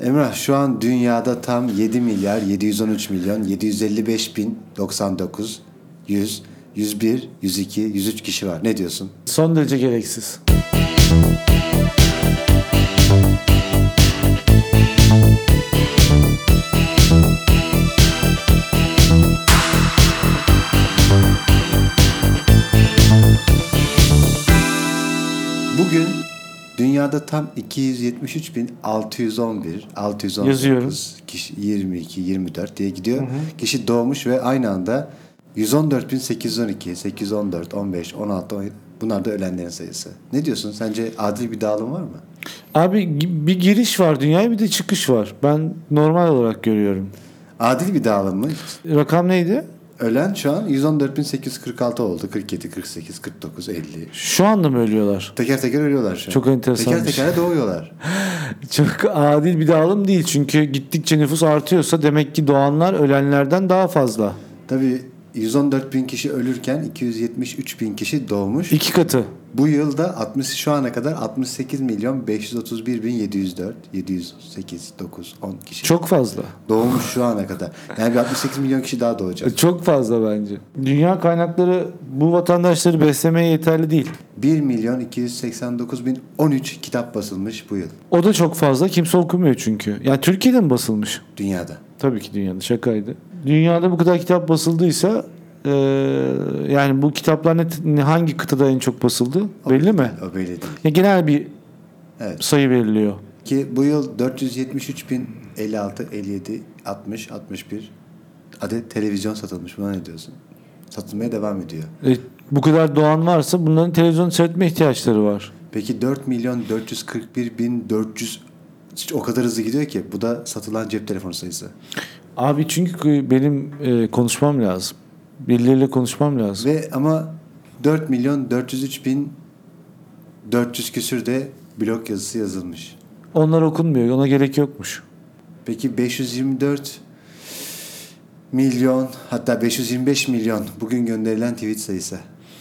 Emrah, şu an dünyada tam 7 milyar 713 milyon 755 bin 99 100 101 102 103 kişi var. Ne diyorsun? Son derece gereksiz. Bugün dünyada tam 273.611 619 Yazıyorum. kişi, 22 24 diye gidiyor. Kişi doğmuş ve aynı anda 114.812 814 15 16 17 bunlar da ölenlerin sayısı. Ne diyorsun? Sence adil bir dağılım var mı? Abi bir giriş var dünyaya, bir de çıkış var. Ben normal olarak görüyorum. Adil bir dağılım mı? Rakam neydi? Ölen şu an 114.846 oldu. 47, 48, 49, 50. Şu anda mı ölüyorlar? Teker teker ölüyorlar şu an. Çok enteresan Teker bir şey. teker doğuyorlar. Çok adil bir dağılım değil. Çünkü gittikçe nüfus artıyorsa demek ki doğanlar ölenlerden daha fazla. Tabii 114.000 kişi ölürken 273.000 kişi doğmuş. 2 katı. Bu yılda şu ana kadar 68.531.704 708 9 10 kişi Çok fazla. doğmuş şu ana kadar. Yani bir 68 milyon kişi daha doğacak. Çok fazla bence. Dünya kaynakları bu vatandaşları beslemeye yeterli değil. 1.289.013 kitap basılmış bu yıl O da çok fazla. Kimse okumuyor çünkü. Yani Türkiye'de mi basılmış? dünyada. Tabii ki dünyada. Şakaydı. Dünyada bu kadar kitap basıldıysa yani bu kitaplar hangi kıtada en çok basıldı? Belli mi? O belli değil. Ya genel bir Evet. sayı veriliyor. Ki bu yıl 473.056 57 60 61 adet televizyon satılmış. Buna ne diyorsun? Satılmaya devam ediyor. Bu kadar doğan varsa bunların televizyon seyretme ihtiyaçları var. Peki 4.441.400 o kadar hızlı gidiyor ki bu da satılan cep telefonu sayısı. Abi çünkü benim konuşmam lazım. Birileriyle konuşmam lazım. Ve ama 4.403.400 küsür de blog yazısı yazılmış. Onlar okunmuyor. Ona gerek yokmuş. Peki 524 milyon hatta 525 milyon bugün gönderilen tweet sayısı.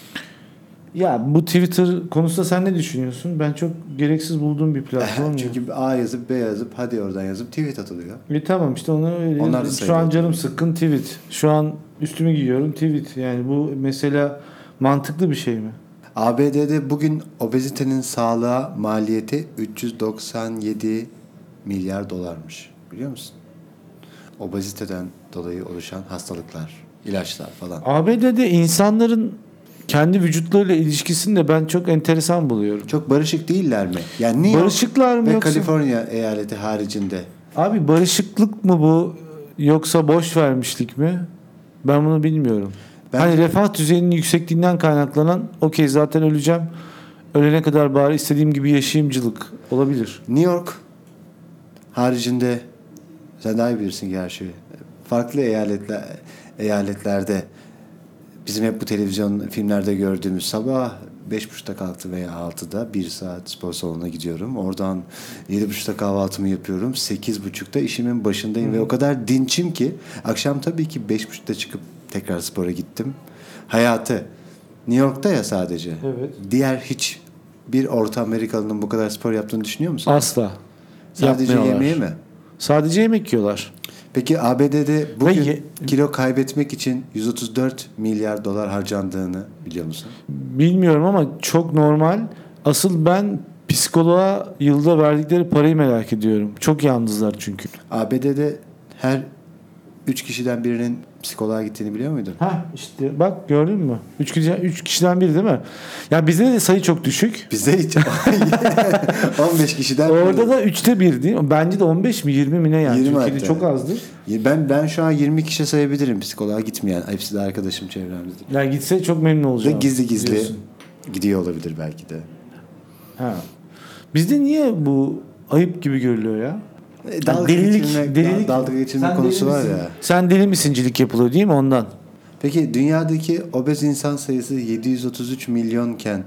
Ya bu Twitter konusunda sen ne düşünüyorsun? Ben çok gereksiz bulduğum bir platform. Çünkü A yazıp B yazıp hadi oradan yazıp tweet atılıyor. Tamam işte onu öyle. Onlar da Şu an canım sıkkın tweet. Şu an üstümü giyiyorum tweet. Yani bu mesela mantıklı bir şey mi? ABD'de bugün obezitenin sağlığa maliyeti 397 milyar dolarmış. Biliyor musun? Obeziteden dolayı oluşan hastalıklar, ilaçlar falan. ABD'de insanların kendi vücutlarıyla ilişkisini de ben çok enteresan buluyorum. Çok barışık değiller mi? Yani New York Barışıklar mı ve yoksa? Kaliforniya eyaleti haricinde. Abi barışıklık mı bu yoksa boş vermişlik mi? Ben bunu bilmiyorum. Hani refah düzeyinin yüksekliğinden kaynaklanan okey zaten öleceğim. Ölene kadar bari istediğim gibi yaşayımcılık olabilir. New York haricinde sen daha iyi bilirsin gerçi. Farklı eyaletlerde bizim hep bu televizyon filmlerde gördüğümüz sabah 5.30'da kalktım veya 6'da 1 saat spor salonuna gidiyorum. Oradan 7.30'da kahvaltımı yapıyorum. 8.30'da işimin başındayım ve o kadar dinçim ki akşam tabii ki 5.30'da çıkıp tekrar spora gittim. Hayatı New York'ta ya sadece. Evet. Diğer hiç bir Orta Amerikalı'nın bu kadar spor yaptığını düşünüyor musun? Asla. Sadece Yapmıyorlar. yemeği mi? Sadece yemek yiyorlar. Peki ABD'de bugün Ve kilo kaybetmek için 134 milyar dolar harcandığını biliyor musun? Bilmiyorum ama çok normal. Asıl ben psikoloğa yılda verdikleri parayı merak ediyorum. Çok yalnızlar çünkü. ABD'de her 3 kişiden birinin psikoloğa gittiğini biliyor muydun? Ha işte bak gördün mü? 3 kişiden biri değil mi? Ya bizde de sayı çok düşük. Bizde hiç 15 kişiden Orada da 1/3 değil mi? Bence de 15 mi 20 mi ne yani? 20 Türkiye'de hatta. çok azdır. Ben şu an 20 kişi sayabilirim psikoloğa gitmeyen. Hepsi de arkadaşım çevremde. Yani gitse çok memnun Ve olacağım. gizli diyorsun. gidiyor olabilir belki de. Ha. Bizde niye bu ayıp gibi görülüyor ya? Dalga geçirme konusu var ya. Sen deli misincilik yapılıyor değil mi ondan? Peki dünyadaki obez insan sayısı 733 milyonken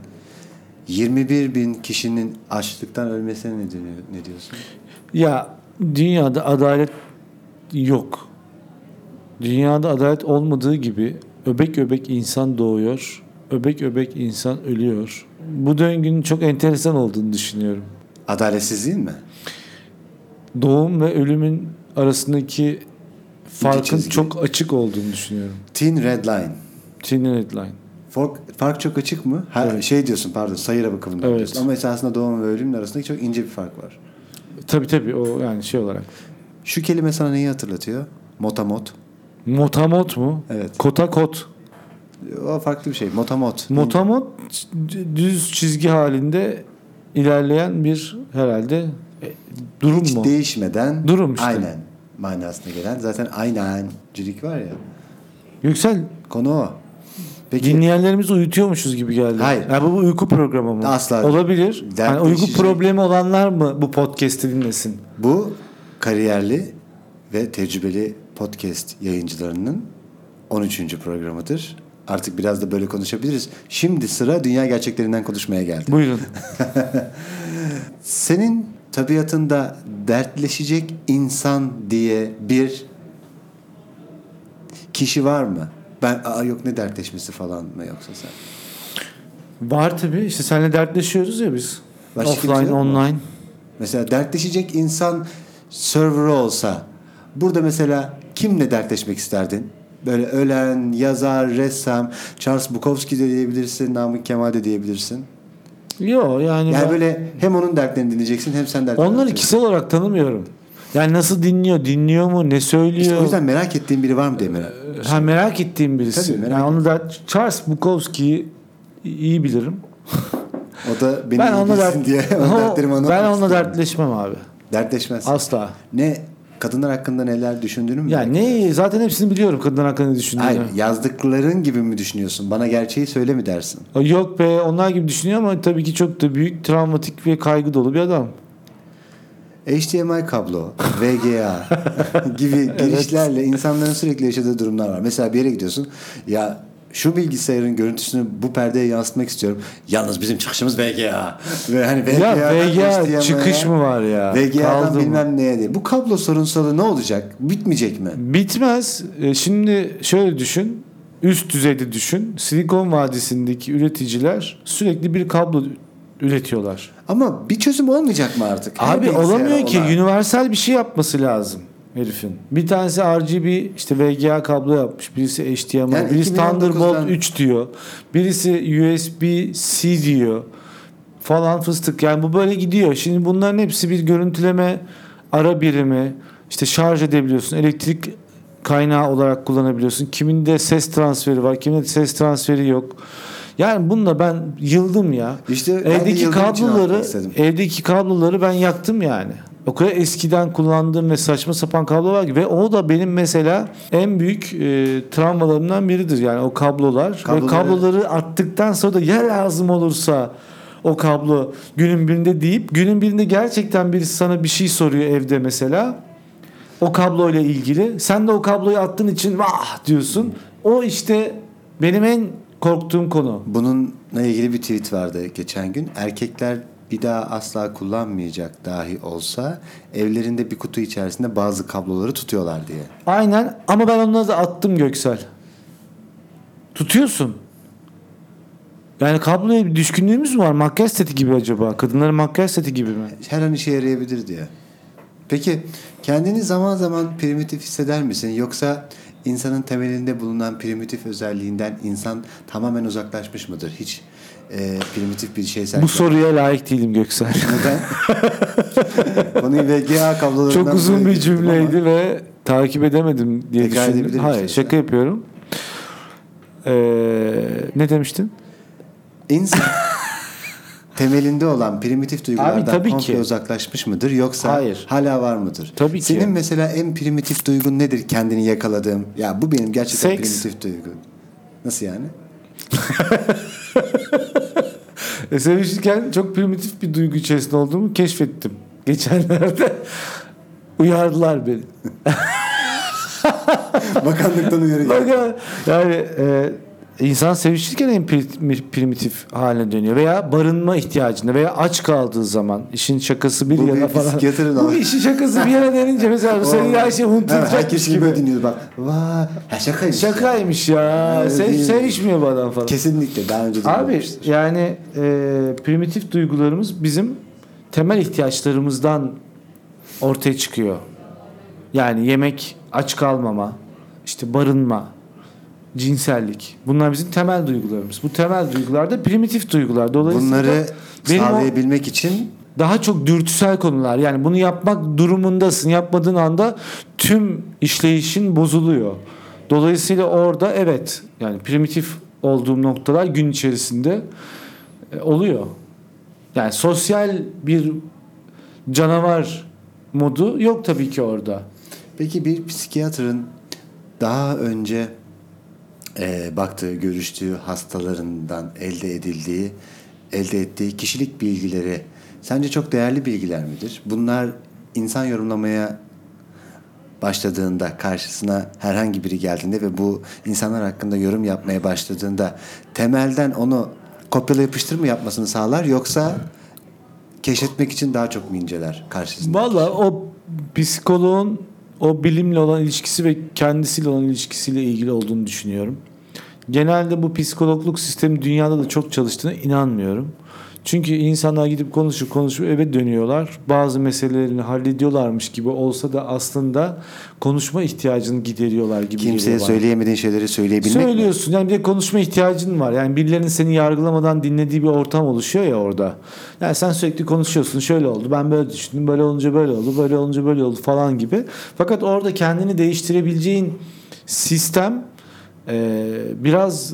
21 bin kişinin açlıktan ölmesine ne diyorsun? Ya dünyada adalet yok. Dünyada adalet olmadığı gibi öbek öbek insan doğuyor. Öbek öbek insan ölüyor. Bu döngünün çok enteresan olduğunu düşünüyorum. Adaletsizliğin mi? doğum ve ölümün arasındaki farkın çizgi. çok açık olduğunu düşünüyorum. Thin Red Line. Thin Red Line. Fark çok açık mı? Evet. Şey diyorsun, pardon, sayıra bakımından Evet. diyorsun. Ama esasında doğum ve ölümün arasındaki çok ince bir fark var. Tabii o yani şey olarak. Şu kelime sana neyi hatırlatıyor? Motamot. Motamot mu? Evet. Kotakot. O farklı bir şey. Motamot. Motamot düz çizgi halinde ilerleyen bir herhalde durum Hiç mu? değişmeden Durum işte. aynen manasına gelen. Zaten aynencilik var ya. Yüksel, Konu o. Peki dinleyenlerimizi uyutuyormuşuz gibi geldi. Hayır. Yani bu uyku programı mı? Asla. Olabilir. Yani uyku Dertleşecek- problemi olanlar mı bu podcast'i dinlesin? bu kariyerli ve tecrübeli podcast yayıncılarının 13. programıdır. Artık biraz da böyle konuşabiliriz. Şimdi sıra dünya gerçeklerinden konuşmaya geldi. Buyurun. Senin tabiatında dertleşecek insan diye bir kişi var mı? Yok ne dertleşmesi falan mı yoksa sen? Var tabii. İşte seninle dertleşiyoruz ya biz. Başka kimse Offline, yok mu? online. Mesela dertleşecek insan serverı olsa burada mesela kimle dertleşmek isterdin? Böyle ölen, yazar, ressam, Charles Bukowski de diyebilirsin, Namık Kemal de diyebilirsin. Yok yani Yani böyle hem onun dertlerini dinleyeceksin hem sen dertlerini onları dinleyeceksin. kişisel olarak tanımıyorum. Yani nasıl dinliyor mu, ne söylüyor? İşte o yüzden merak ettiğin biri var mı diye merak. Merak ettiğim birisi. Tabii, merak yani onu da Charles Bukowski'yi iyi bilirim. O da beni Ben onunla bilsin diye dertlerimi anlatmak ben onunla istedim. dertleşmem abi. Dertleşmez. Asla. Ne kadınlar hakkında neler düşündüğünü mü? Ya merak ne zaten hepsini biliyorum kadınlar hakkında ne düşündüğünü. Hayır, yazdıkların gibi mi düşünüyorsun? Bana gerçeği söyle mi dersin? Yok be onlar gibi düşünüyor ama tabii ki çok da büyük travmatik ve kaygı dolu bir adam. HDMI kablo, VGA gibi girişlerle insanların sürekli yaşadığı durumlar var. Mesela bir yere gidiyorsun. Ya şu bilgisayarın görüntüsünü bu perdeye yansıtmak istiyorum. Yalnız bizim çıkışımız VGA. Ve hani Ya VGA'dan VGA çıkış mı var ya? VGA'dan Kaldı mı? bilmem neye diye. Bu kablo sorunsalı ne olacak? Bitmeyecek mi? Bitmez. Şimdi şöyle düşün. Üst düzeyde düşün. Silikon Vadisi'ndeki üreticiler sürekli bir kablo üretiyorlar. Ama bir çözüm olmayacak mı artık? Her Abi bilgisayara olamıyor ki. olan. Universal bir şey yapması lazım herifin. Bir tanesi RGB işte VGA kablo yapmış. Birisi HDMI. Yani birisi 2019'dan Thunderbolt 3 diyor. Birisi USB-C diyor. Falan fıstık. Yani bu böyle gidiyor. Şimdi bunların hepsi bir görüntüleme ara birimi. İşte şarj edebiliyorsun. Elektrik kaynağı olarak kullanabiliyorsun. Kiminde ses transferi var. Kiminde ses transferi yok. Yani bununla ben yıldım ya. İşte ben de yıldığım için anlatmak istedim. Evdeki kabloları ben yaktım yani. O kadar eskiden kullandığım ve saçma sapan kablo var ki ve o da benim mesela en büyük travmalarımdan biridir yani o kablolar. Ve kabloları attıktan sonra da ya lazım olursa o kablo günün birinde deyip günün birinde gerçekten birisi sana bir şey soruyor evde mesela. O kabloyla ilgili. Sen de o kabloyu attığın için vah diyorsun. O işte benim en korktuğum konu. Bununla ilgili bir tweet vardı geçen gün. Erkekler bir daha asla kullanmayacak dahi olsa evlerinde bir kutu içerisinde bazı kabloları tutuyorlar diye. Aynen ama ben onları da attım Göksel. Tutuyorsun. Yani kabloya bir düşkünlüğümüz mü var? Makyaj seti gibi acaba? Kadınların makyaj seti gibi mi? Her an işe yarayabilir diye. Peki kendini zaman zaman primitif hisseder misin? Yoksa insanın temelinde bulunan primitif özelliğinden insan tamamen uzaklaşmış mıdır? Hiç primitif bir şey Bu soruya layık değilim Göksel. Neden? Konuyu VGA kablolarından... Çok uzun bir cümleydi ve takip edemedim diye Tekrar düşündüm. edebilir Hayır misin? şaka yapıyorum. Ne demiştin? İnsan temelinde olan primitif Abi, duygulardan tabii komple ki. uzaklaşmış mıdır yoksa Hayır. hala var mıdır? Tabii ki. Senin mesela en primitif duygun nedir kendini yakaladığım? Ya bu benim gerçekten Seks. primitif duygu. Nasıl yani? Sevişirken çok primitif bir duygu içerisinde olduğumu keşfettim. Geçenlerde uyardılar beni. Bakanlıktan uyarı geldi. Bakın, yani insan sevişirken en primitif haline dönüyor veya barınma ihtiyacında veya aç kaldığı zaman işin şakası bir Bu yana bir falan. psikiyatrin Bu ama. işin şakası bir yana denince mesela senin her şey unutulacakmış Herkes gibi gibi. dinliyor bak. Vay, şakaymış. Şakaymış ya. Değil. Sevişmiyor bu adam falan. Kesinlikle daha önce Abi dinlemiştir. yani primitif duygularımız bizim temel ihtiyaçlarımızdan ortaya çıkıyor. Yani yemek, aç kalmama, işte barınma, cinsellik. Bunlar bizim temel duygularımız. Bu temel duygular da primitif duygular. Dolayısıyla Bunları benim sağlayabilmek için daha çok dürtüsel konular. Yani bunu yapmak durumundasın. Yapmadığın anda tüm işleyişin bozuluyor. Dolayısıyla orada evet, yani primitif olduğum noktalar gün içerisinde oluyor. Yani sosyal bir canavar modu yok tabii ki orada. peki bir psikiyatrın daha önce baktığı, görüştüğü hastalarından elde ettiği kişilik bilgileri sence çok değerli bilgiler midir? Bunlar insan yorumlamaya başladığında, karşısına herhangi biri geldiğinde ve bu insanlar hakkında yorum yapmaya başladığında temelden onu kopyala yapıştır mı yapmasını sağlar, yoksa keşfetmek için daha çok mu inceler karşısında? Valla o psikoloğun o bilimle olan ilişkisi ve kendisiyle olan ilişkisiyle ilgili olduğunu düşünüyorum. Genelde bu psikologluk sistemi dünyada da çok çalıştığına inanmıyorum. Çünkü insanlar gidip konuşup eve dönüyorlar. Bazı meselelerini hallediyorlarmış gibi olsa da aslında konuşma ihtiyacını gideriyorlar gibi Kimseye geliyor bana. söyleyemediğin şeyleri söyleyebilmek mi? Söylüyorsun. Yani bir de konuşma ihtiyacın var. Yani birilerinin seni yargılamadan dinlediği bir ortam oluşuyor ya orada. Yani sen sürekli konuşuyorsun. Şöyle oldu. Ben böyle düşündüm. Böyle olunca böyle oldu. Böyle olunca böyle oldu falan gibi. Fakat orada kendini değiştirebileceğin sistem biraz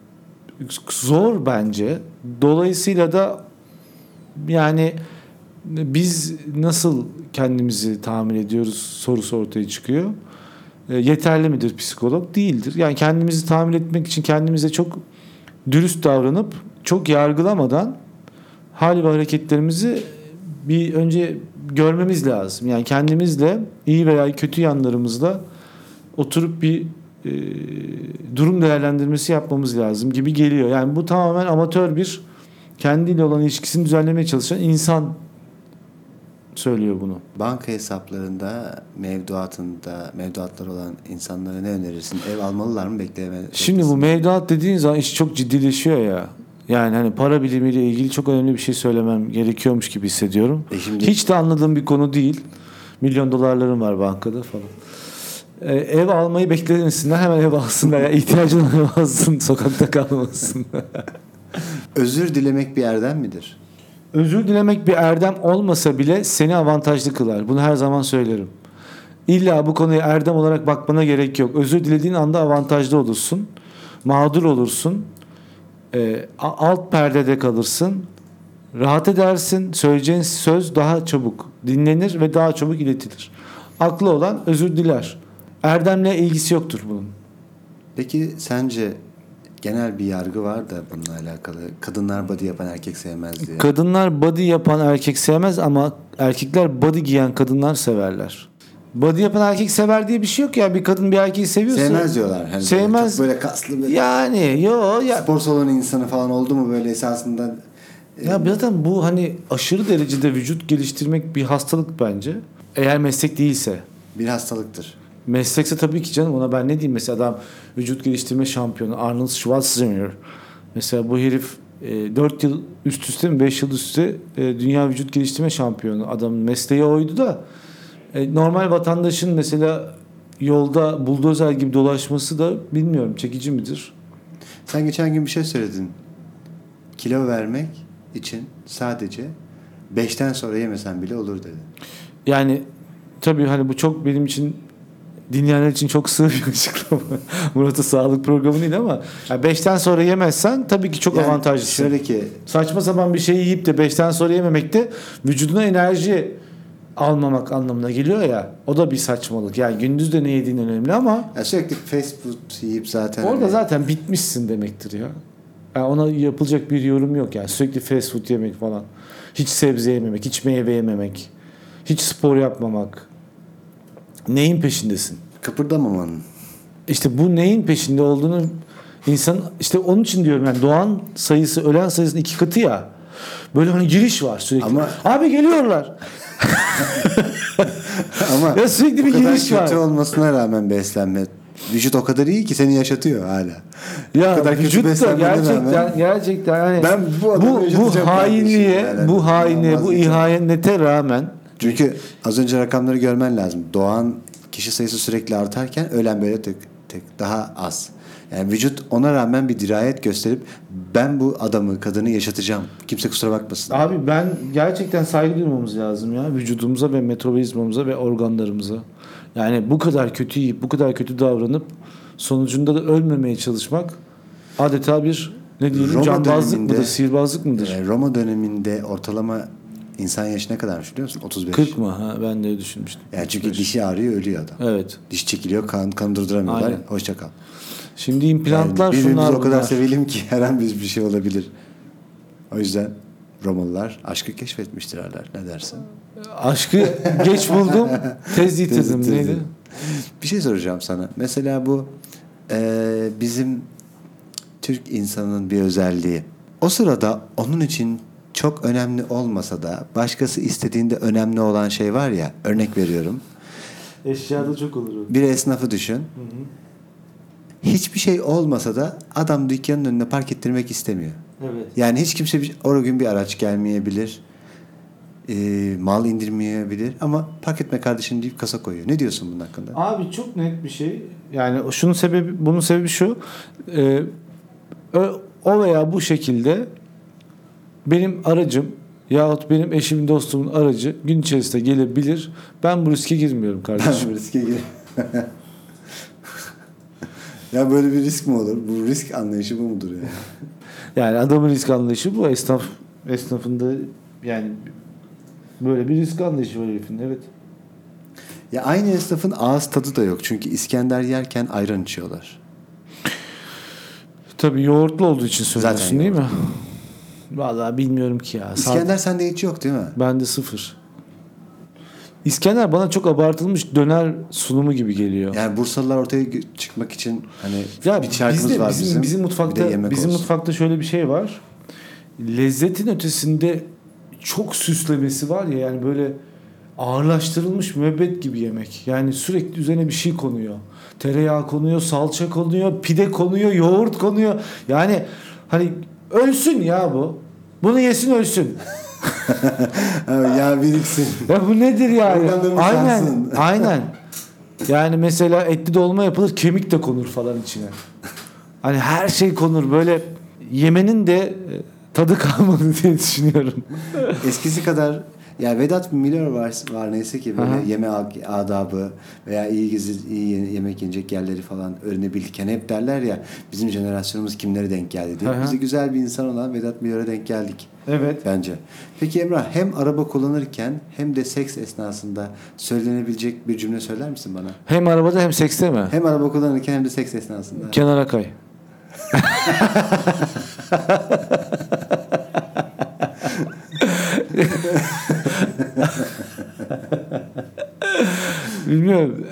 zor bence. Dolayısıyla da yani biz nasıl kendimizi tahmin ediyoruz sorusu ortaya çıkıyor. Yeterli midir psikolog? Değildir. Yani kendimizi tahmin etmek için kendimize çok dürüst davranıp çok yargılamadan hal ve hareketlerimizi bir önce görmemiz lazım. Yani kendimizle iyi veya kötü yanlarımızla oturup bir durum değerlendirmesi yapmamız lazım gibi geliyor. Yani bu tamamen amatör bir kendiyle olan ilişkisini düzenlemeye çalışan insan söylüyor bunu. Banka hesaplarında mevduatlar olan insanlara ne önerirsin? Ev almalılar mı, bekleyemez? Şimdi bu mevduat dediğin zaman iş çok ciddileşiyor ya. Yani hani para bilimiyle ilgili çok önemli bir şey söylemem gerekiyormuş gibi hissediyorum. Hiç de anladığım bir konu değil. Milyon dolarlarım var bankada falan. Ev almayı beklemesinler, hemen ev alsınlar. Yani ihtiyacı olan ev alsın, sokakta kalmasın. Özür dilemek bir erdem midir? Özür dilemek bir erdem olmasa bile seni avantajlı kılar. Bunu her zaman söylerim. İlla bu konuya erdem olarak bakmana gerek yok. Özür dilediğin anda avantajlı olursun. Mağdur olursun. Alt perdede kalırsın. Rahat edersin. Söyleyeceğin söz daha çabuk dinlenir ve daha çabuk iletilir. Aklı olan özür diler. Erdemle ilgisi yoktur bunun. Peki sence genel bir yargı var da bununla alakalı. Kadınlar body yapan erkek sevmez diye. Kadınlar body yapan erkek sevmez ama erkekler body giyen kadınlar severler. Body yapan erkek sever diye bir şey yok ya. Bir kadın bir erkeği seviyorsa. Sevmez diyorlar. Hani sevmez. Çok böyle kaslı böyle. Yani ya. Spor salonu insanı falan oldu mu böyle esasında. Ya zaten bu hani aşırı derecede vücut geliştirmek bir hastalık bence. Eğer meslek değilse. Bir hastalıktır. Meslekse tabii ki canım, ona ben ne diyeyim, mesela adam vücut geliştirme şampiyonu Arnold Schwarzenegger. Mesela bu herif 4 yıl üst üste mi 5 yıl üst üste dünya vücut geliştirme şampiyonu. Adamın mesleği oydu da normal vatandaşın mesela yolda buldozer gibi dolaşması da bilmiyorum çekici midir? Sen geçen gün bir şey söyledin. Kilo vermek için sadece 5'ten sonra yemesen bile olur dedin. Yani tabii hani bu çok benim için, dinleyenler için çok sığ bir açıklama. Murat'ın sağlık programı değil ama 5'ten sonra yemezsen tabii ki çok avantajlısın. Şöyle ki, saçma sapan bir şey yiyip de 5'ten sonra yememek de vücuduna enerji almamak anlamına geliyor ya. O da bir saçmalık. Yani gündüz de ne yediğin önemli ama sürekli fast food yiyip zaten orada zaten bitmişsin demektir ya. Yani ona yapılacak bir yorum yok yani. Sürekli fast food yemek falan. Hiç sebze yememek, hiç meyve yememek, hiç spor yapmamak. Neyin peşindesin? kıpırdamamanın. İşte bu neyin peşinde olduğunu insan, işte onun için diyorum yani, doğan sayısı ölen sayısının 2 katı ya. Böyle hani giriş var sürekli. Ama abi geliyorlar. ama ya sürekli bir giriş var. kötü olmasına rağmen beslenme. Vücut o kadar iyi ki seni yaşatıyor hala. Ya vücut da gerçekten yani ben bu hainliğe, bu ihanete rağmen Çünkü az önce rakamları görmen lazım. Doğan kişi sayısı sürekli artarken ölen böyle tık tık daha az. Yani vücut ona rağmen bir dirayet gösterip ben bu adamı, kadını yaşatacağım. Kimse kusura bakmasın. Abi ben gerçekten saygı duymamız lazım ya vücudumuza ve metabolizmamıza ve organlarımıza. Yani bu kadar kötü yiyip bu kadar kötü davranıp sonucunda da ölmemeye çalışmak adeta bir ne diyelim Roma cambazlık döneminde- mıdır, sihirbazlık mıdır? Roma döneminde ortalama insan yaşı ne kadarmış biliyor musun? 35. 40 mı? Ha, ben de öyle düşünmüştüm. Yani çünkü 35. dişi ağrıyor, ölüyor adam. Evet. Diş çekiliyor, kan durduramıyorlar. Aynen. Hoşça kal. Şimdi implantlar Yani birbirimizi şunlar o kadar bunlar. sevelim ki her an bir şey olabilir. O yüzden Romalılar aşkı keşfetmiştir derler. Ne dersin? Aşkı geç buldum, tez yitirdim. Tez- Neydi? Bir şey soracağım sana. Mesela bu bizim Türk insanının bir özelliği. O sırada onun için çok önemli olmasa da başkası istediğinde önemli olan şey var ya. Örnek veriyorum. Eşyada çok olur o. Bir esnafı düşün. Hiçbir şey olmasa da adam dükkanın önüne park ettirmek istemiyor. Evet. Yani hiç kimse o gün bir araç gelmeyebilir. Mal indirmeyebilir. Ama park etme kardeşim deyip kasa koyuyor. Ne diyorsun bunun hakkında? Abi çok net bir şey. Yani bunun sebebi şu. O veya bu şekilde benim aracım yahut benim eşimin dostumun aracı gün içerisinde gelebilir. Ben bu riske girmiyorum kardeşim. Bu riske gir. Ya böyle bir risk mi olur? Bu risk anlayışı bu mudur yani? Yani adamın risk anlayışı bu. Esnafında yani böyle bir risk anlayışı var herifin. Evet. Ya aynı esnafın ağız tadı da yok. Çünkü İskender yerken ayran içiyorlar. Tabii yoğurtlu olduğu için söylüyorsun Zaten değil mi? Vallahi bilmiyorum ki ya. İskender sende hiç yok değil mi? Bende sıfır. İskender bana çok abartılmış döner sunumu gibi geliyor. Yani Bursalılar ortaya çıkmak için hani Ya bir şarkımız var bizim Bir de mutfakta yemek bizim olsun. mutfakta şöyle bir şey var. Lezzetin ötesinde çok süslemesi var ya, yani böyle ağırlaştırılmış müebbet gibi yemek. Yani sürekli üzerine bir şey konuyor. Tereyağı konuyor, salça konuyor, pide konuyor, yoğurt konuyor. Yani hani ölsün ya bu. Bunu yesin ölsün. Ya biriksin. Ya bu nedir yani? Organlarımız Aynen. yansın. Aynen. Yani mesela etli dolma yapılır, kemik de konur falan içine. Hani her şey konur. Böyle yemenin de tadı kalmadı diye düşünüyorum. Eskisi kadar ya Vedat Milor var neyse ki böyle Aha. yeme adabı veya iyi yemek yenecek yerleri falan öğrenebildik. Yani hep derler ya bizim jenerasyonumuz kimlere denk geldi diye. Aha. Biz de güzel bir insan olan Vedat Milor'a denk geldik. Evet. Bence. Peki Emrah hem araba kullanırken hem de seks esnasında söylenebilecek bir cümle söyler misin bana? Hem arabada hem sekste mi? Hem araba kullanırken hem de seks esnasında. Kenara kay. Bilmiyorum.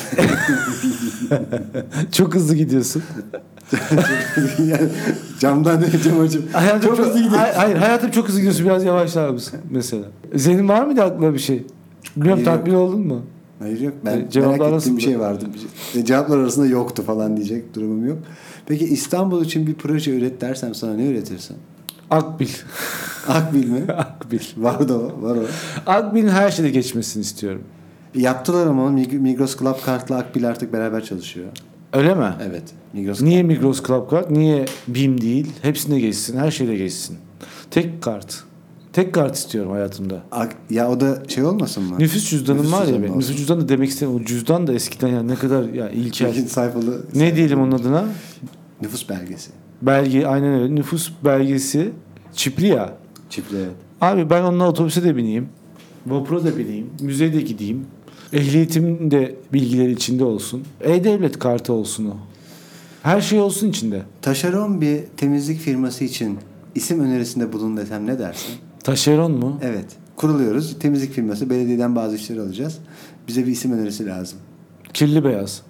Çok hızlı gidiyorsun. Yani camdan cam açıp Hayatım çok hızlı gidiyor. Hayır, hayatım çok hızlı gidiyorsun. Biraz yavaşlar mısın mesela? Senin var mıydı aklına bir şey? Bilmiyorum, Hayır, tatmin oldun mu? Hayır yok. Ben Cevaplar merak ettiğim nasıldı? bir şey vardı. Cevaplar arasında yoktu falan diyecek durumum yok. Peki İstanbul için bir proje üret dersem sana ne üretirsin? Akbil. Akbil mi? Akbil. Var da o. Var o. Akbil'in her şeyde geçmesini istiyorum. Yaptılar ama onu Migros Club Kart'la Akbil artık beraber çalışıyor. Öyle mi? Evet. Migros Niye Migros Club Card? Niye BİM değil? Hepsinde geçsin. Her şeyde geçsin. Tek kart. Tek kart istiyorum hayatımda. Ya o da şey olmasın mı? Nüfus cüzdanım Nüfus var ya cüzdanı benim. olsun. Nüfus cüzdanı da demek istemiyorum. O cüzdan da eskiden yani ne kadar ya ilkel. İkinci sayfalı Ne diyelim onun adına? nüfus belgesi. Belge, aynen öyle. Nüfus belgesi çipli ya. Çipli evet. Abi ben onunla otobüse de bineyim. Vapura da bineyim. Müzeye de gideyim. Ehliyetimin de bilgileri içinde olsun. E-Devlet kartı olsun o. Her şey olsun içinde. Taşeron bir temizlik firması için isim önerisinde bulun desem ne dersin? Taşeron mu? Evet. Kuruluyoruz. Temizlik firması. Belediyeden bazı işleri alacağız. Bize bir isim önerisi lazım. Kirli beyaz.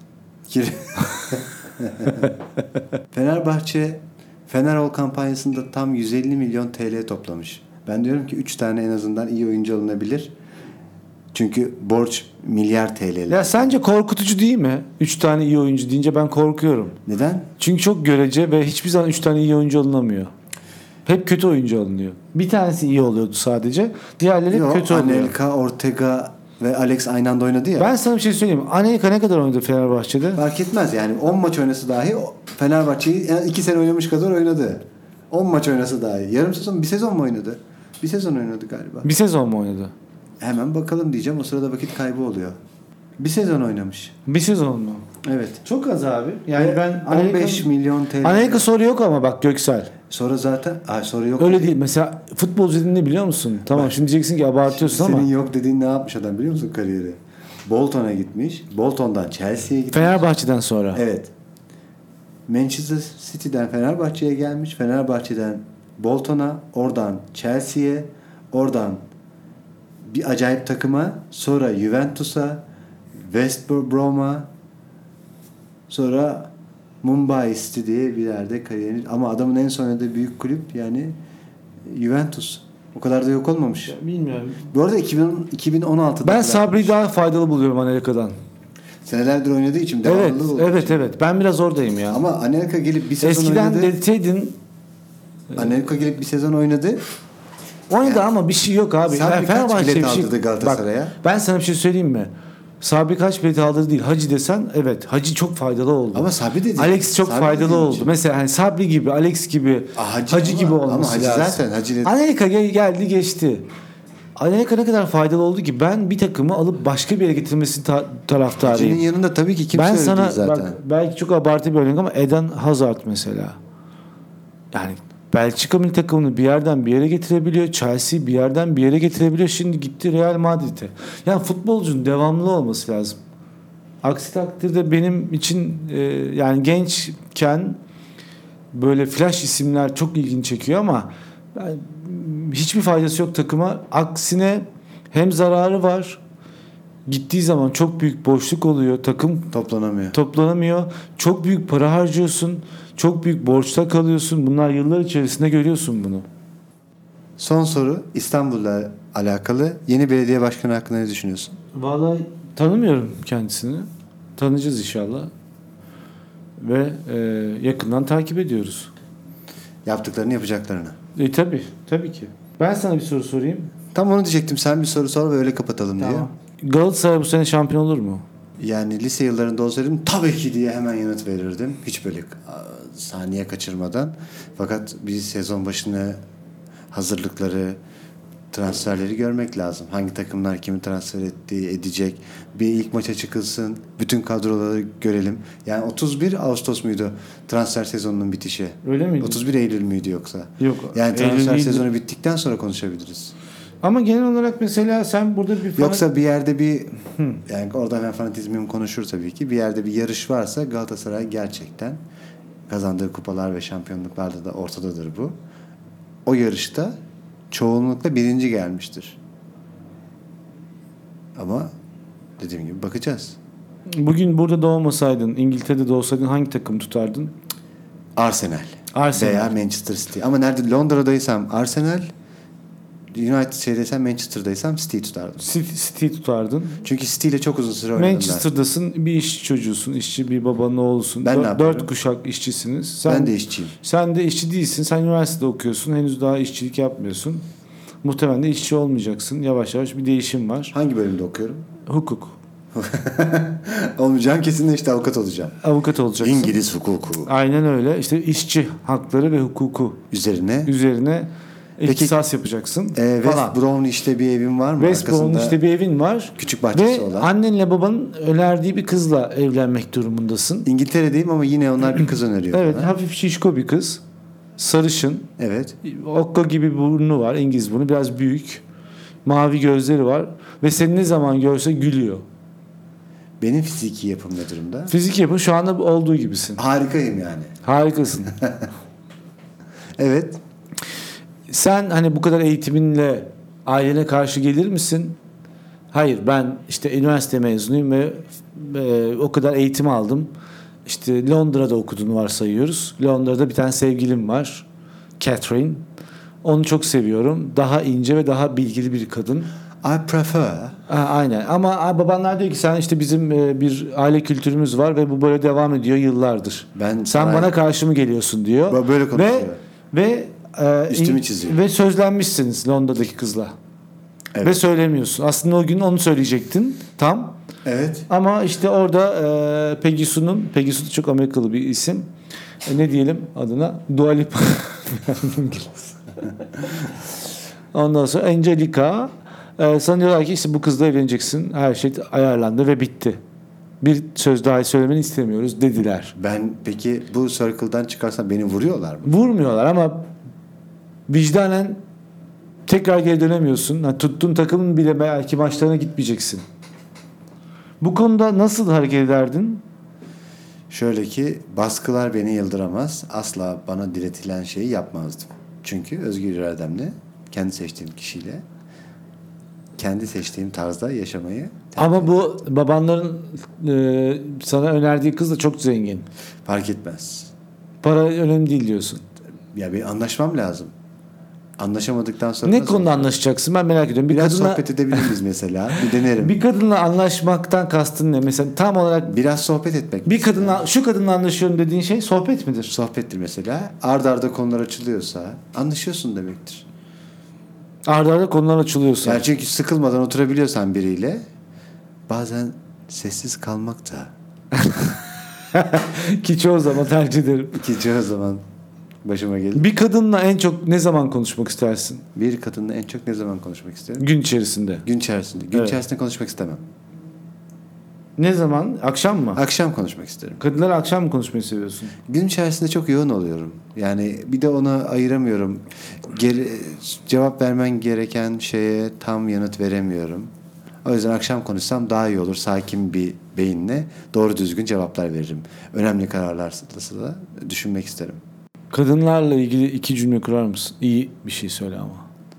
Fenerbahçe Fenerol kampanyasında tam 150 milyon TL toplamış. Ben diyorum ki 3 tane en azından iyi oyuncu alınabilir. Çünkü borç milyar TL. Ya sence korkutucu değil mi? 3 tane iyi oyuncu deyince ben korkuyorum. Neden? Çünkü çok görece ve hiçbir zaman 3 tane iyi oyuncu alınamıyor. Hep kötü oyuncu alınıyor. Bir tanesi iyi oluyordu sadece. Diğerleri hep kötü oluyor. Anelka, Ortega ve Alex aynı anda oynadı ya. Ben sana bir şey söyleyeyim. Anelka ne kadar oynadı Fenerbahçe'de? Fark etmez yani 10 maç oynası dahi Fenerbahçe'yi 2 sene oynamış kadar oynadı. 10 maç oynası dahi. Yarım sezon, bir sezon mu oynadı? Bir sezon oynadı galiba. Bir sezon mu oynadı? Hemen bakalım diyeceğim. O sırada vakit kaybı oluyor. Bir sezon oynamış. Bir sezon mu? Evet. Çok az abi. Yani ben 15 milyon TL. Anelka soru yok ama bak Göksel. Sonra zaten soru yok. Öyle değil. Mesela futbolcu dediğin ne biliyor musun? Tamam şimdi diyeceksin ki abartıyorsun Senin ama. yok dediğin ne yapmış adam biliyor musun kariyeri? Bolton'a gitmiş. Bolton'dan Chelsea'ye gitmiş. Fenerbahçe'den sonra. Evet. Manchester City'den Fenerbahçe'ye gelmiş. Fenerbahçe'den Bolton'a, oradan Chelsea'ye, oradan bir acayip takıma, sonra Juventus'a, West Brom'a, sonra Mumbai City diye bir yerde kariyerini, ama adamın en son oynadığı büyük kulüp yani Juventus. O kadar da yok olmamış. Bilmiyorum. Bu arada 2016'da Ben Sabri'yi daha faydalı buluyorum Anelka'dan. senelerdir oynadığı için Evet, devamlı oldu. evet. Ben biraz oradayım ya. Ama Anelka gelip bir sezon Eskiden oynadı. deseydin Anelka gelip bir sezon oynadı. oynadı ama bir şey yok abi. Sabri Yani kaç Fenerbahçe bilet bir şey. aldırdı Galatasaray'a? Bak, ben sana bir şey söyleyeyim mi? Sabri kaç bilet aldırdı değil. Hacı desen evet. Hacı çok faydalı oldu. Ama Sabri dedi. Alex çok Sabri faydalı dediğim oldu. için. Mesela hani Sabri gibi, Alex gibi, Hacı gibi olması ama Hacı lazım. zaten Hacı Anelka geldi geçti. Anelka ne kadar faydalı oldu ki ben bir takımı alıp başka bir yere getirmesini taraftarıyım. Hacı'nın yanında tabii ki kimse Ben öyle sana değil zaten. bak belki çok abartı bir örnek ama Eden Hazard mesela. Yani Belçika milli takımını bir yerden bir yere getirebiliyor. Chelsea bir yerden bir yere getirebiliyor. Şimdi gitti Real Madrid'e. Yani futbolcunun devamlı olması lazım. Aksi takdirde benim için yani gençken böyle flash isimler çok ilgini çekiyor ama yani hiçbir faydası yok takıma. Aksine hem zararı var. Gittiği zaman çok büyük boşluk oluyor. Takım toplanamıyor. Çok büyük para harcıyorsun. Çok büyük borçta kalıyorsun. Bunlar yıllar içerisinde görüyorsun bunu. Son soru İstanbul'la alakalı. Yeni belediye başkanı hakkında ne düşünüyorsun? Vallahi tanımıyorum kendisini. Tanıyacağız inşallah. Ve yakından takip ediyoruz. Yaptıklarını, yapacaklarını. Tabii ki. Ben sana bir soru sorayım. Tam onu diyecektim. Sen bir soru sor ve öyle kapatalım diye. Galatasaray bu sene şampiyon olur mu? Yani lise yıllarında olsaydım tabii ki diye hemen yanıt verirdim. Hiç böyle saniye kaçırmadan. Fakat bir sezon başına hazırlıkları, transferleri görmek lazım. Hangi takımlar kimi transfer edecek. Bir ilk maça çıkılsın. Bütün kadroları görelim. Yani 31 Ağustos muydu transfer sezonunun bitişi? Öyle miydi? 31 Eylül müydü yoksa? Yok. Yani transfer Eylül sezonu bittikten sonra konuşabiliriz. Ama genel olarak mesela sen burada bir Yoksa bir yerde bir yani orada ben fanatizmim konuşur tabii ki. Bir yerde bir yarış varsa Galatasaray gerçekten kazandığı kupalar ve şampiyonluklarda da ortadadır bu. O yarışta çoğunlukla birinci gelmiştir. Ama dediğim gibi bakacağız. Bugün burada doğmasaydın, İngiltere'de doğsaydın hangi takım tutardın? Arsenal. Arsenal. Veya Manchester City. Ama nerede Londra'daysam Arsenal, United şeydeysem Manchester'daysam City tutardım. City tutardın. Çünkü City ile çok uzun süre oynadım Manchester'dasın, bir işçi çocuğusun, işçi bir babanın oğlusun. Ben ne yapıyorum? 4 kuşak işçisiniz. Ben de işçiyim. Sen de işçi değilsin. Sen üniversitede okuyorsun. Henüz daha işçilik yapmıyorsun. Muhtemelen de işçi olmayacaksın. Yavaş yavaş bir değişim var. Hangi bölümde okuyorum? Hukuk. Olmayacağım, kesinlikle işte avukat olacağım. Avukat olacaksın. İngiliz hukuku. Aynen öyle. İşte işçi hakları ve hukuku üzerine ihtisas yapacaksın. West Brown işte bir evim var mı? West Brown işte bir evin var. Küçük bahçesi ve olan. Annenle babanın önerdiği bir kızla evlenmek durumundasın. İngiltere'deyim ama yine onlar bir kız öneriyor. Evet, bana. hafif şişko bir kız. Sarışın. Evet. Okka gibi bir burnu var. İngiliz burnu. Biraz büyük. Mavi gözleri var. Ve seni ne zaman görse gülüyor. Benim fiziki yapım ne durumda? Fizik yapın şu anda olduğu gibisin. Harikayım yani. Harikasın. Evet. Sen hani bu kadar eğitiminle ailene karşı gelir misin? Hayır, ben işte üniversite mezunuyum ve o kadar eğitim aldım. İşte Londra'da okuduğunu varsayıyoruz. Londra'da bir tane sevgilim var. Catherine. Onu çok seviyorum. Daha ince ve daha bilgili bir kadın. I prefer. Aynen. Ama babanlar diyor ki sen işte bizim bir aile kültürümüz var ve bu böyle devam ediyor yıllardır. Sen bana karşı mı geliyorsun diyor. Böyle konuşuyor. Ve Üstümü çiziyor. Ve sözlenmişsiniz Londra'daki kızla. Evet. Ve söylemiyorsun. Aslında o gün onu söyleyecektin tam. Evet. Ama işte orada Peggy Sue'nun, Peggy Sue çok Amerikalı bir isim. Ne diyelim adına? Dua Lipa. Ondan sonra Angelica sana diyorlar ki işte bu kızla evleneceksin. Her şey ayarlandı ve bitti. Bir söz daha söylemeni istemiyoruz dediler. Ben peki bu circle'dan çıkarsam beni vuruyorlar mı? Vurmuyorlar ama vicdanen tekrar geri dönemiyorsun. Yani tuttuğun takımın bile belki maçlarına gitmeyeceksin. Bu konuda nasıl hareket ederdin? Şöyle ki baskılar beni yıldıramaz. Asla bana diretilen şeyi yapmazdım. Çünkü özgür irademle kendi seçtiğim kişiyle kendi seçtiğim tarzda yaşamayı Ama bu babanların sana önerdiği kız da çok zengin. fark etmez. Para önemli değil diyorsun. Ya bir anlaşmam lazım. Anlaşamadıktan sonra Ne nasıl konuda olur? anlaşacaksın? Ben merak ediyorum. Biraz sohbet edebilir miyiz mesela? Bir denerim. bir kadınla anlaşmaktan kastın ne? Mesela tam olarak Biraz sohbet etmek. bir kadınla şu kadınla anlaşıyorum dediğin şey sohbet midir? Sohbettir mesela. Arda arda konular açılıyorsa anlaşıyorsun demektir. Arda arda konular açılıyorsa. Yani çünkü sıkılmadan oturabiliyorsan biriyle bazen sessiz kalmak da Ki çoğu zaman tercih ederim. ki çoğu zaman başıma gelir. Bir kadınla en çok ne zaman konuşmak istersin? Bir kadınla en çok ne zaman konuşmak isterim? Gün içerisinde. Gün içerisinde. Gün Evet. içerisinde konuşmak istemem. Ne zaman? Akşam mı? Akşam konuşmak isterim. Kadınlar akşam mı konuşmayı seviyorsun? Gün içerisinde çok yoğun oluyorum. Yani bir de ona ayıramıyorum. Cevap vermen gereken şeye tam yanıt veremiyorum. O yüzden akşam konuşsam daha iyi olur. Sakin bir beyinle doğru düzgün cevaplar veririm. Önemli kararlar da düşünmek isterim. Kadınlarla ilgili 2 cümle kurar mısın? İyi bir şey söyle ama.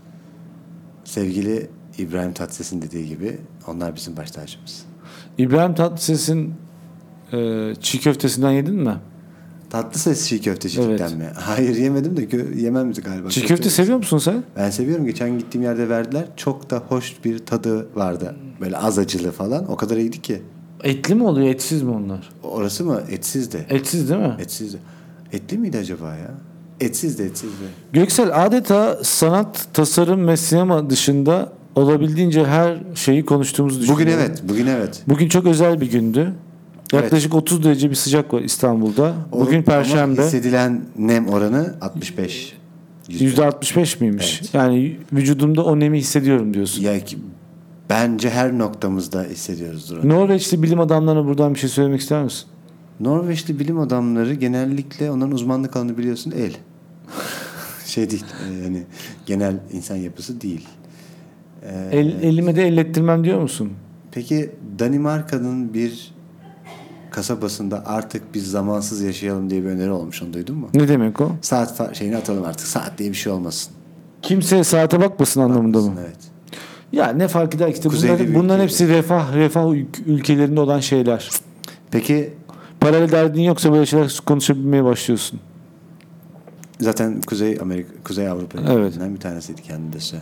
Sevgili İbrahim Tatlıses'in dediği gibi onlar bizim baş tacımız. İbrahim Tatlıses'in çiğ köftesinden yedin mi? Tatlıses çiğ köftecilikten Evet. mi? Hayır yemedim de yemem galiba. Çiğ köfte seviyor musun sen? Ben seviyorum. Geçen gittiğim yerde verdiler. Çok da hoş bir tadı vardı. Böyle az acılı falan. O kadar iyiydi ki. Etli mi oluyor, etsiz mi onlar? Orası mı? Etsizdi. Etsiz değil mi? Etsizdi. Etli miydi acaba ya? Etsizdi. Göksel adeta sanat, tasarım ve sinema dışında olabildiğince her şeyi konuştuğumuzu düşünüyorum. Bugün evet. Bugün çok özel bir gündü. Yaklaşık 30 derece bir sıcak var İstanbul'da. Bugün Ama Perşembe. hissedilen nem oranı 65. %65 miymiş? Evet. Yani vücudumda o nemi hissediyorum diyorsun. Ya ki, bence her noktamızda hissediyoruzdur onu. Norveçli bilim adamlarına buradan bir şey söylemek ister misin? Norveçli bilim adamları genellikle onların uzmanlık alanı biliyorsun el. Şey değil. Yani genel insan yapısı değil. Elime de ellettirmem diyor musun? Peki Danimarka'nın bir kasabasında artık biz zamansız yaşayalım diye bir öneri olmuş. Onu duydun mu? Ne demek o? Saat şeyini atalım artık. Saat diye bir şey olmasın. Kimseye saate bakmasın anlamında mı? Evet. Ya ne fark eder ki? İşte Kuzeyde bir bunların ülke. hepsi refah ülkelerinde olan şeyler. Peki Paralel derdin yoksa böyle şeyler konuşabilmeye başlıyorsun. zaten Kuzey Avrupa Evet. ülkelerinden bir tanesiydi kendisi.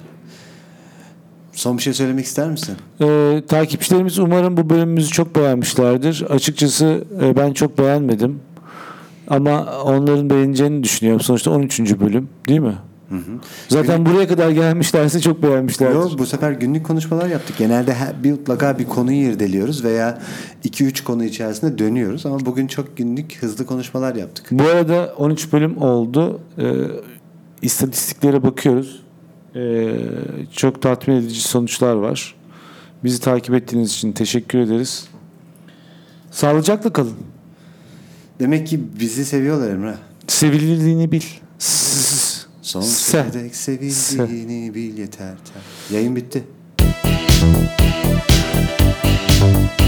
Son bir şey söylemek ister misin? Takipçilerimiz umarım bu bölümümüzü çok beğenmişlerdir. Açıkçası ben çok beğenmedim. Ama onların beğeneceğini düşünüyorum. Sonuçta 13. bölüm değil mi? Hı hı. Zaten buraya kadar gelmişlerse çok beğenmişlerdir. Yok, bu sefer günlük konuşmalar yaptık. Genelde mutlaka bir konuyu irdeliyoruz veya 2-3 konu içerisinde dönüyoruz. Ama bugün çok günlük hızlı konuşmalar yaptık. Bu arada 13 bölüm oldu. İstatistiklere bakıyoruz. Çok tatmin edici sonuçlar var. Bizi takip ettiğiniz için teşekkür ederiz. Sağlıcakla kalın. Demek ki bizi seviyorlar Emrah. Sevildiğini bil. Sonsuza dek sevildiğini bil yeter. Yayın bitti.